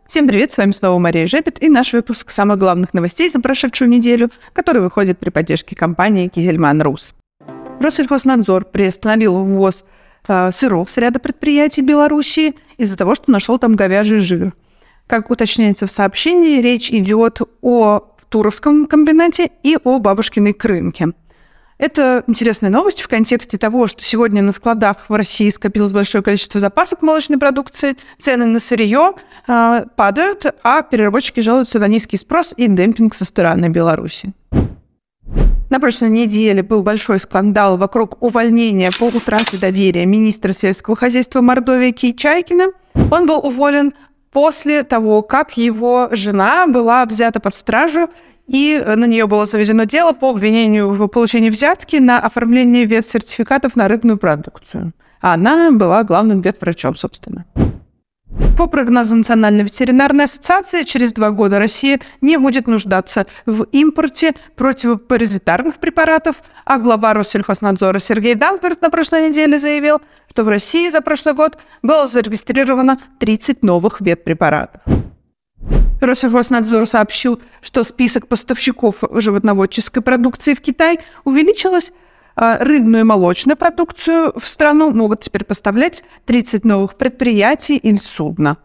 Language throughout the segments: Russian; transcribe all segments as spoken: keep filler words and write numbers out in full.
Всем привет, с вами снова Мария Жепет и наш выпуск самых главных новостей за прошедшую неделю, который выходит при поддержке компании Кизельман Рус. Россельхознадзор приостановил ввоз э, сыров с ряда предприятий Беларуси из-за того, что нашел там говяжий жир. Как уточняется в сообщении, речь идет о Туровском комбинате и о Бабушкиной Крынке. Это интересная новость в контексте того, что сегодня на складах в России скопилось большое количество запасов молочной продукции, цены на сырье э, падают, а переработчики жалуются на низкий спрос и демпинг со стороны Беларуси. На прошлой неделе был большой скандал вокруг увольнения по утрате доверия министра сельского хозяйства Мордовии Ки Чайкина. Он был уволен после того, как его жена была взята под стражу, и на нее было заведено дело по обвинению в получении взятки на оформление ветсертификатов на рыбную продукцию. А она была главным ветврачом, собственно. По прогнозу Национальной ветеринарной ассоциации, через два года Россия не будет нуждаться в импорте противопаразитарных препаратов, а глава Россельхознадзора Сергей Данкварт на прошлой неделе заявил, что в России за прошлый год было зарегистрировано тридцать новых ветпрепаратов. Россельхознадзор сообщил, что список поставщиков животноводческой продукции в Китай увеличилось. Рыбную и молочную продукцию в страну могут теперь поставлять тридцать новых предприятий или судна.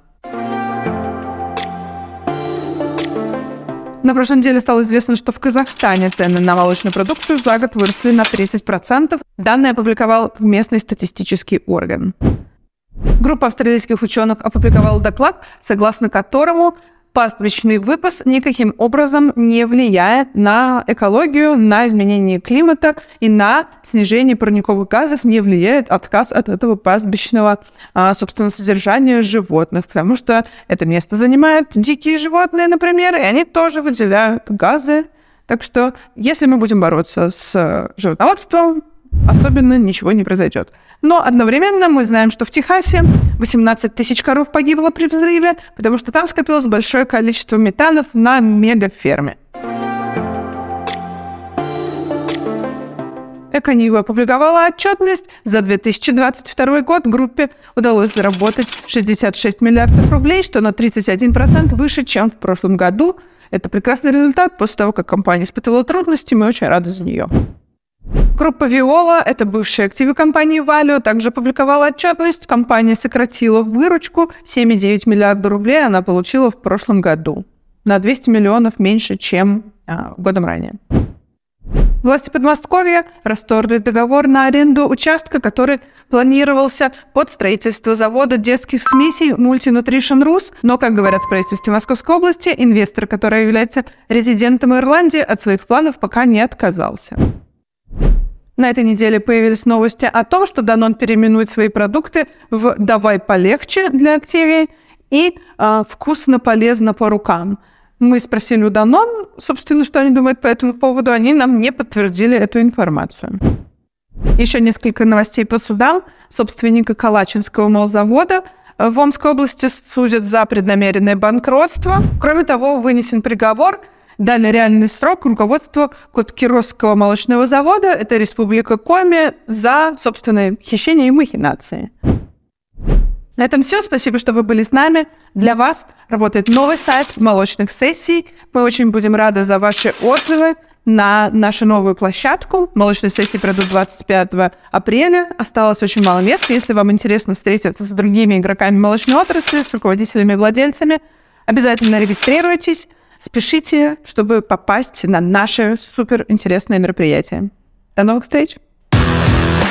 На прошлой неделе стало известно, что в Казахстане цены на молочную продукцию за год выросли на тридцать процентов. Данные опубликовал местный статистический орган. Группа австралийских ученых опубликовала доклад, согласно которому пастбищный выпас никаким образом не влияет на экологию, на изменение климата и на снижение парниковых газов, не влияет отказ от этого пастбищного, собственно, содержания животных, потому что это место занимают дикие животные, например, и они тоже выделяют газы. Так что, если мы будем бороться с животноводством, особенно ничего не произойдет. Но одновременно мы знаем, что в Техасе восемнадцать тысяч коров погибло при взрыве, потому что там скопилось большое количество метанов на мегаферме. Эконьюз опубликовала отчетность. За две тысячи двадцать второй год группе удалось заработать шестьдесят шесть миллиардов рублей, что на тридцать один процент выше, чем в прошлом году. Это прекрасный результат после того, как компания испытывала трудности. Мы очень рады за нее. Группа Виола, это бывшие активы компании Valio, также опубликовала отчетность. Компания сократила выручку, семь целых девять десятых миллиарда рублей она получила в прошлом году. На двести миллионов меньше, чем а, годом ранее. Власти Подмосковья расторгли договор на аренду участка, который планировался под строительство завода детских смесей Multinutrition Rus, но, как говорят в правительстве Московской области, инвестор, который является резидентом Ирландии, от своих планов пока не отказался. На этой неделе появились новости о том, что Danone переименует свои продукты в «Давай полегче» для Activia и э, «Вкусно полезно по рукам». Мы спросили у Danone, собственно, что они думают по этому поводу. Они нам не подтвердили эту информацию. Еще несколько новостей по судам. Собственника Калачинского молзавода в Омской области судят за преднамеренное банкротство. Кроме того, вынесен приговор. Дали реальный срок руководству Коткиросского молочного завода, это Республика Коми, за собственное хищение и махинации. На этом все. Спасибо, что вы были с нами. Для вас работает новый сайт молочных сессий. Мы очень будем рады за ваши отзывы на нашу новую площадку. Молочные сессии пройдут двадцать пятого апреля. Осталось очень мало мест. Если вам интересно встретиться с другими игроками молочной отрасли, с руководителями и владельцами, обязательно регистрируйтесь. Спешите, чтобы попасть на наше суперинтересное мероприятие. До новых встреч!